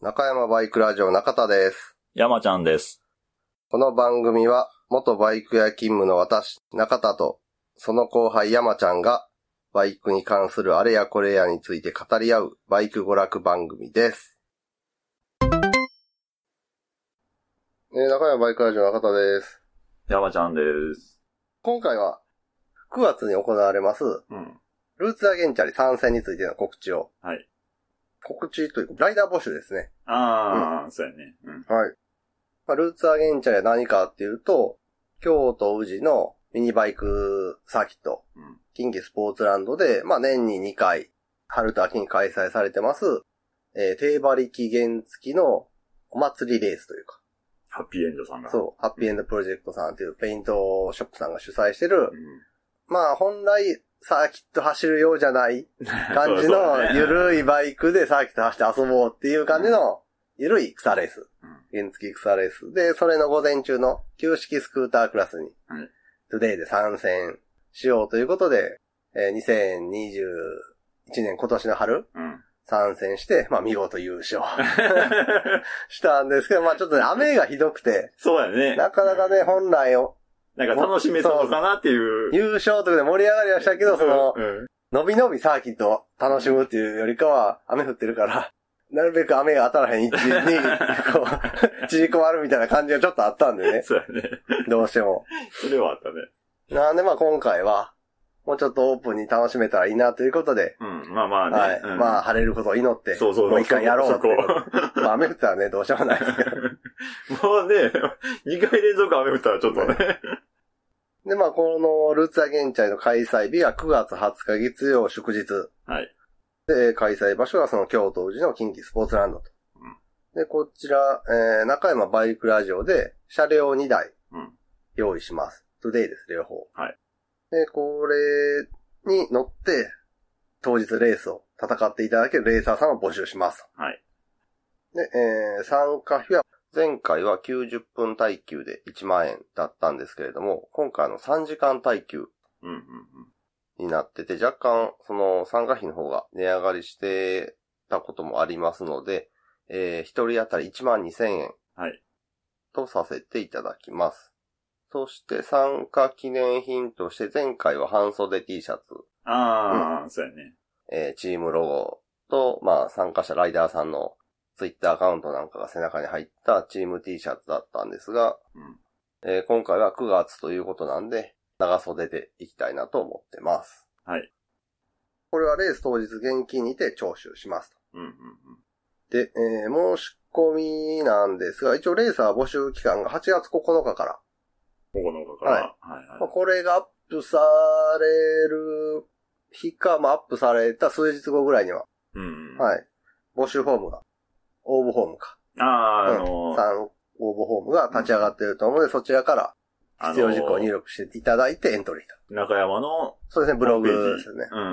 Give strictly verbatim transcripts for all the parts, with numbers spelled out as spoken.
中山バイクラジオ中田です。 山ちゃんです。 この番組は元バイク屋勤務の私中田とその後輩山ちゃんがバイクに関するあれやこれやについて語り合うバイク娯楽番組です。えー、中山バイクラジオ中田です。 山ちゃんです。 今回はくがつに行われます、うん、ルーツアゲンチャリ参戦についての告知を。 はい。 告知というか、ライダー募集ですね。 ああ、うん、そうやね。うん、 はい。まあ、ルーツアゲンチャリは何かっていうと、京都宇治のミニバイクサーキット、うん、近畿スポーツランドで、まあ年ににかい、春と秋に開催されてます、えー、低馬力原付のお祭りレースというか。 ハッピーエンドさんが。 そう、ハッピーエンドプロジェクトさんっていうペイントショップさんが主催してる、うん、まあ本来、サーキット走るようじゃない感じのゆるいバイクでサーキット走って遊ぼうっていう感じのゆるい草レース。原付草レース。で、それの午前中の旧式スクータークラスに、トゥデイで参戦しようということで、えー、にせんにじゅういちねん今年の春、うん、参戦して、まあ見事優勝したんですけど、まあちょっとね、雨がひどくて、 そうやね。 なかなかね、本来を、 なんか楽しめそうかなっていう。 優勝とかで盛り上がりはしたけど、その、うんうん、のびのびサーキットを楽しむっていうよりかは、雨降ってるから、なるべく雨が当たらへん位置に、こう、縮こまるみたいな感じがちょっとあったんでね。 そうやね。 どうしても。 それはあったね。 なんでまあ今回は、もうちょっとオープンに楽しめたらいいなということで。 うん、まあまあね。はい。 うん、まあ晴れることを祈って、 そうそうそうもう一回やろうっていう。まあ雨降ったらね、どうしようもないですけど。 もうね、にかい連続雨降ったらちょっとね。 で、まあこのルーツアゲンチャリの開催日はくがつはつか月曜祝日。 はい。 で、開催場所はその京都宇治の近畿スポーツランドと。うん、で、こちら、えー、中山バイクラジオで車両にだい用意します。トゥデイです、両方。 はい。 で、これに乗って当日レースを戦っていただけるレーサーさんを募集します。 はい。 で、えー、参加費は前回はきゅうじゅっぷん耐久でいちまんえんだったんですけれども、今回のさんじかん耐久になってて、若干その参加費の方が値上がりしてたこともありますので、えー、一人当たりいちまんにせんえんとさせていただきます。そして参加記念品として前回は半袖 T シャツ。 ああ、うん、そうやね。 えー、チームロゴと、まあ参加者ライダーさんのツイッターアカウントなんかが背中に入ったチーム T シャツだったんですが、うんえー、今回はくがつということなんで、長袖でいきたいなと思ってます。 はい。 これはレース当日現金にて徴収しますと。 うんうんうん、 で、えー、申し込みなんですが、一応レーサー募集期間がはちがつここのかから。 ここのかから。はい。はいはいまあ、これがアップされる日か、まあアップされた数日後ぐらいには、 うんうん、 はい。募集フォームが、応募フォームか。 ああ、あのー、 うん、さん応募フォームが立ち上がっていると思うので、うん、そちらから必要事項を入力していただいてエントリーと。 中山の、 そうですね、ブログですよね。 うん。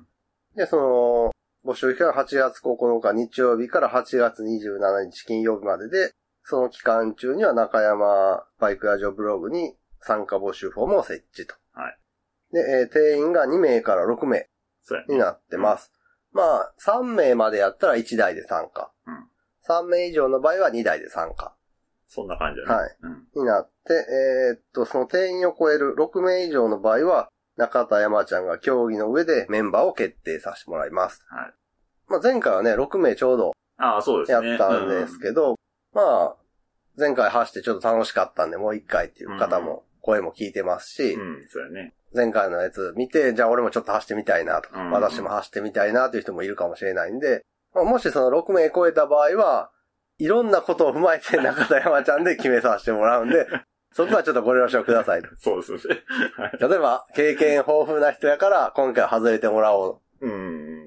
で、その、募集期間ははちがつここのか日曜日からはちがつにじゅうしちにち金曜日までで、その期間中には中山バイクラジオブログに参加募集フォームを設置と。 はい。 で、えー、定員がにめいからろくめいになってます。うん、まあ、さんめいまでやったらいちだいで参加。うん、さんめい以上の場合はにだいで参加。 そんな感じだね。 はい。うん、になって、えー、っと、その定員を超えるろくめい以上の場合は、中田山ちゃんが競技の上でメンバーを決定させてもらいます。 はい。 まあ、前回はね、ろくめいちょうど。 ああ、そうですね。 やったんですけど、うん、まあ、前回走ってちょっと楽しかったんで、もう一回っていう方も、声も聞いてますし、 うん、うん、そうやね。 前回のやつ見て、じゃあ俺もちょっと走ってみたいなとか、うん、私も走ってみたいなという人もいるかもしれないんで、まあ、もしそのろくめい超えた場合は、いろんなことを踏まえて中田山ちゃんで決めさせてもらうんで、そこはちょっとご了承くださいと。 そうですね。 例えば、経験豊富な人やから、今回は外れてもらおう。 うん、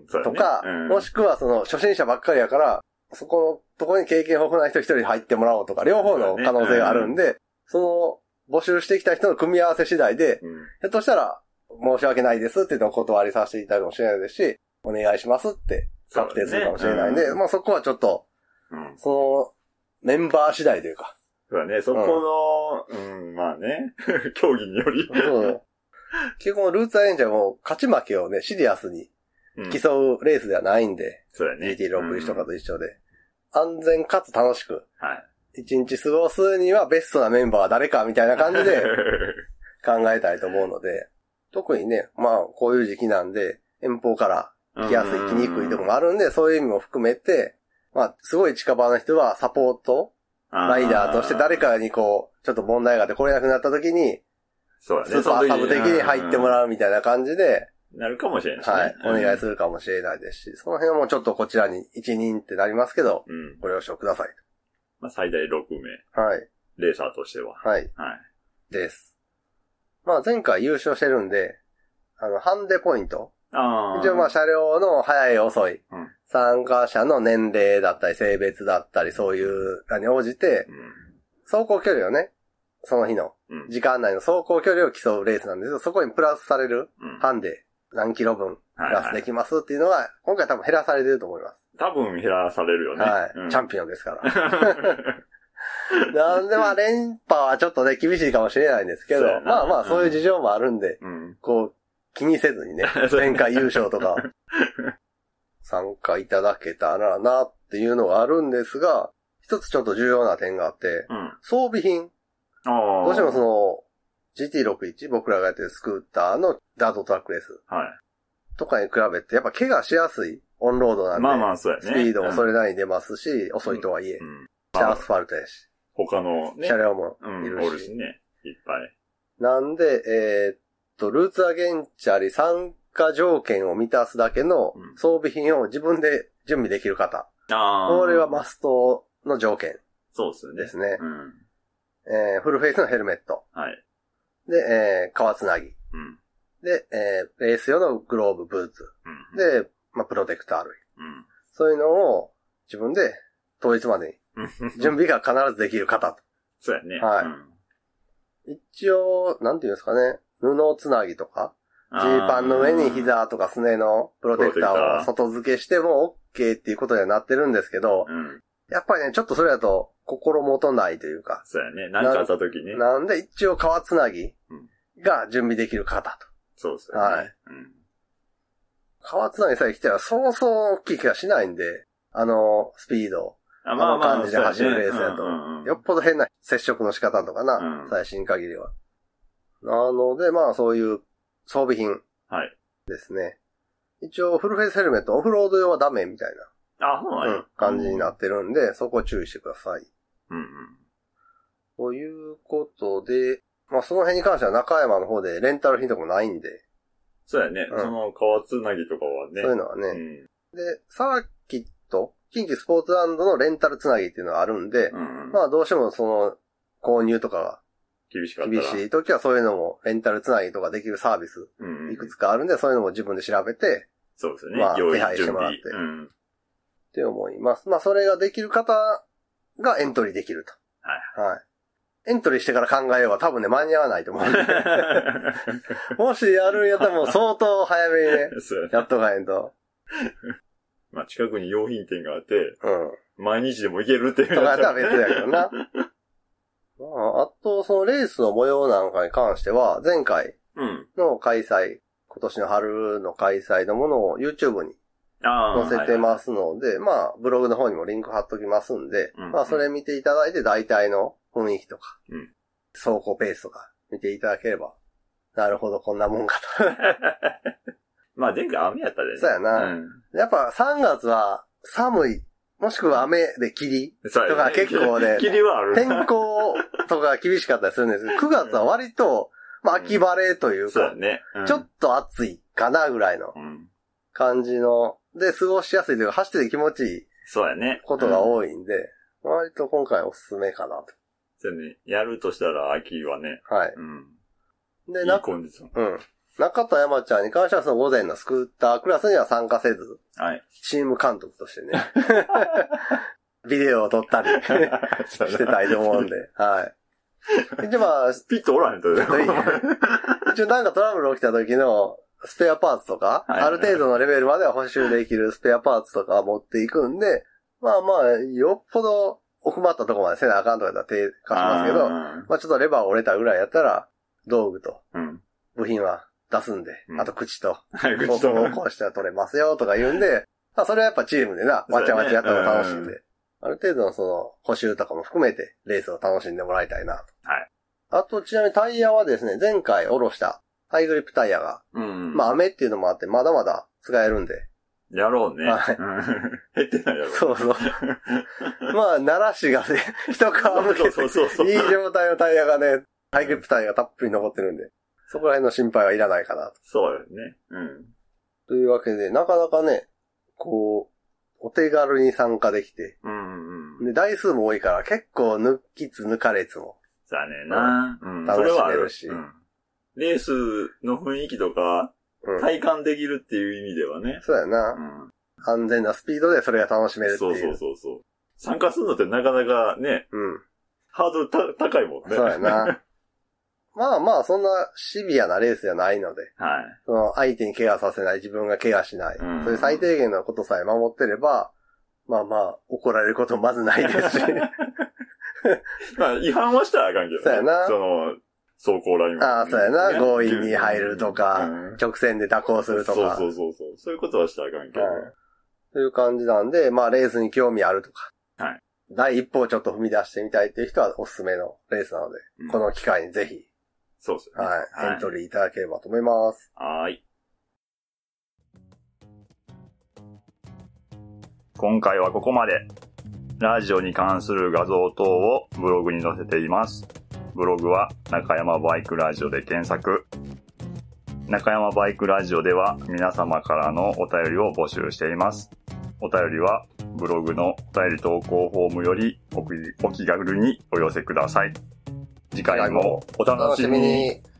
そうやね。 とか、うん、もしくはその初心者ばっかりやから、そこのところに経験豊富な人一人入ってもらおうとか、両方の可能性があるんで、その、募集してきた人の組み合わせ次第で、うん、ひょっとしたら、申し訳ないですっていうのをお断りさせていただくかもしれないですし、お願いしますって確定するかもしれないんで、ねうん、まあそこはちょっと、うん、その、メンバー次第というか。 そうだね、そこの、うん、うん、まあね、競技により。 そう。結構ルーツアレンジャーも勝ち負けをね、シリアスに競うレースではないんで、 そうだね。 ジーティーろくじゅう とかと一緒で。 安全かつ楽しく、 はい。 一日過ごすにはベストなメンバーは誰かみたいな感じで考えたいと思うので、特にね、まあこういう時期なんで、遠方から来やすい、来にくいところもあるんで、そういう意味も含めて、まあすごい近場の人はサポート、ライダーとして誰かにこう、ちょっと問題があって来れなくなった時に、 そうだね。 スーパーサブ的に入ってもらうみたいな感じで、 なるかもしれないしね。 はい。お願いするかもしれないですし、その辺はもうちょっとこちらに一人ってなりますけど、うん、ご了承ください。 まあ最大ろくめい。 はい。 レーサーとしては。 はい。 はい。 です。まあ前回優勝してるんで、あの、ハンデポイント。 ああ。 一応まあ車両の早い遅い、 うん、 参加者の年齢だったり性別だったりそういうのに応じて、うん、走行距離をね、その日の時間内の走行距離を競うレースなんですけど、そこにプラスされるハンデ何キロ分プラスできますっていうのは、今回多分減らされてると思います。 多分減らされるよね。 はい。 うん、 チャンピオンですから。なんでまあ連覇はちょっとね、厳しいかもしれないんですけど、まあまあそういう事情もあるんで、うん、こう、気にせずにね、前回優勝とか、参加いただけたらなっていうのがあるんですが、一つちょっと重要な点があって、うん、装備品。どうしてもその、ジーティーろくじゅういち、僕らがやってるスクーターのダートトラックレース。 はい。 とかに比べて、やっぱ怪我しやすいオンロードなんで。 まあまあそうやね。 スピードもそれなりに出ますし、うん、遅いとはいえ。うん。アスファルトやし。 他のね。 車両もいるし。 うん、おるしね。いっぱい。 なんで、えー、っと、ルーツアゲンチャリ参加条件を満たすだけの装備品を自分で準備できる方。 ああ。 これはマストの条件。 そうですよね。 ですね。 うん。 えー、フルフェイスのヘルメット。 はい。 で、えー、革つなぎ。 うん。 で、えー、レース用のグローブ、ブーツ。 うん。 で、まあ、プロテクター類。 うん。 そういうのを自分で当日までに準備が必ずできる方と。 そうやね。 はい。うん、一応、なんていうんですかね、布つなぎとか、ジーパンの上に膝とかすねのプロテクターを外付けしても OK っていうことにはなってるんですけど、 うん、 やっぱりね、ちょっとそれだと心もとないというか。 そうやね。なんかあった時ね。 なんで一応革つなぎが準備できる方と。 そうですよね。 はい。うん、革つなぎさえ来たらそうそう大きい気がしないんで、あの、スピード。 あ, まあまああの感じで走るレースやと、うんうんうん。よっぽど変な接触の仕方とかな、うん、最新限りは。なので、まあそういう装備品。 はい。 ですね。一応フルフェイスヘルメットオフロード用はダメみたいな。あ、そうなんや、 うん。感じになってるんで、うん、そこを注意してください。 うんうん。 ということで、まあその辺に関しては中山の方でレンタル品とかもないんで。 そうやね。うん、その革つなぎとかはね。 そういうのはね。うん、で、サーキット、近畿スポーツランドのレンタルつなぎっていうのがあるんで、 うんうん、 まあどうしてもその購入とかが厳しかったら。 厳しい時はそういうのもレンタルつなぎとかできるサービス、いくつかあるんで、そういうのも自分で調べて、 そうですよね。 まあ手配してもらって、 うん、 って思います。まあそれができる方がエントリーできると。 はい。 はい。エントリーしてから考えれば多分ね、間に合わないと思うんで。もしやるんやったらもう相当早めにね、やっとかへんと。 まあ近くに用品店があって、 うん。 毎日でも行けるっていう。 とかやったら別だけどな。まあ、あと、そのレースの模様なんかに関しては、前回の開催、うん、今年の春の開催のものを YouTube に載せてますので、はいはい、まあ、ブログの方にもリンク貼っときますんで、うんうん、まあ、それ見ていただいて大体の雰囲気とか、 うん、 走行ペースとか見ていただければ、なるほど、こんなもんかと。 まあ、前回雨やったでね。 そうやな。うん、やっぱさんがつは寒い。もしくは雨で霧とか結構ね、 霧はある。 天候とか厳しかったりするんですけど、くがつは割と、まあ秋晴れというか、 そうね、 ちょっと暑いかなぐらいの感じの、で過ごしやすいというか、走ってて気持ちいいそうやね。 ことが多いんで、割と今回おすすめかなと。 そうね。やるとしたら秋はね。 はい。 うん。 で、 いいコンディション。 うん。中田山ちゃんに関してはその午前のスクータークラスには参加せず、 はい。 チーム監督としてね、ビデオを撮ったりしてたいと思うんで、はい。一応まあ、 ピットおらへんとね。 一応なんかトラブル起きた時のスペアパーツとか、はいはいはい、ある程度のレベルまでは補修できるスペアパーツとか持っていくんで、まあまあ、よっぽど奥まったとこまでせなあかんとかだったら手貸しますけど、あまあちょっとレバー折れたぐらいやったら、道具と部品は出すんで、うん、あと口と、口とこうしたら取れますよとか言うんで、まあそれはやっぱチームでな、わちゃわちゃやったら楽しいんで、 ある程度のその補修とかも含めてレースを楽しんでもらいたいなと。 はい。 あとちなみにタイヤはですね、前回下ろしたハイグリップタイヤが、うんうん、まあ雨っていうのもあってまだまだ使えるんで。 やろうね。はい。減ってないやろう、ね。そうそう。 まあ、奈良市がね、一皮向けて、いい状態のタイヤがね、ハイグリップタイヤがたっぷり残ってるんで、そこら辺の心配はいらないかなと。 そうですね。うん。 というわけで、なかなかね、こう、お手軽に参加できて、うんうん、で台数も多いから結構抜きつ抜かれつも。 そうだねな、うん。楽しめるし、うん。レースの雰囲気とか、うん、体感できるっていう意味ではね。 そうやな、うん。安全なスピードでそれが楽しめるっていう。 そうそうそうそう。参加するのってなかなかね、うん、ハードルた高いもんね。 そうやな。まあまあ、そんなシビアなレースじゃないので、はい。その相手に怪我させない、自分が怪我しない、うん、そういう最低限のことさえ守ってれば、まあまあ、怒られることまずないですし。 まあ、違反はしたらあかんけどね。 そうやな。 その、走行ラインああ、そうやな。強引に入るとか、うん、直線で蛇行するとか。 そうそうそう。そういうことはしたらあかんけど、ね。うん。 という感じなんで、まあ、レースに興味あるとか。 はい。 第一歩をちょっと踏み出してみたいっていう人はおすすめのレースなので、うん、この機会にぜひ。 そうですね。 はい。エントリーいただければと思います。 はい。今回はここまで。ラジオに関する画像等をブログに載せています。ブログは中山バイクラジオで検索。中山バイクラジオでは皆様からのお便りを募集しています。お便りはブログのお便り投稿フォームよりお気軽にお寄せください。次回もお楽しみに。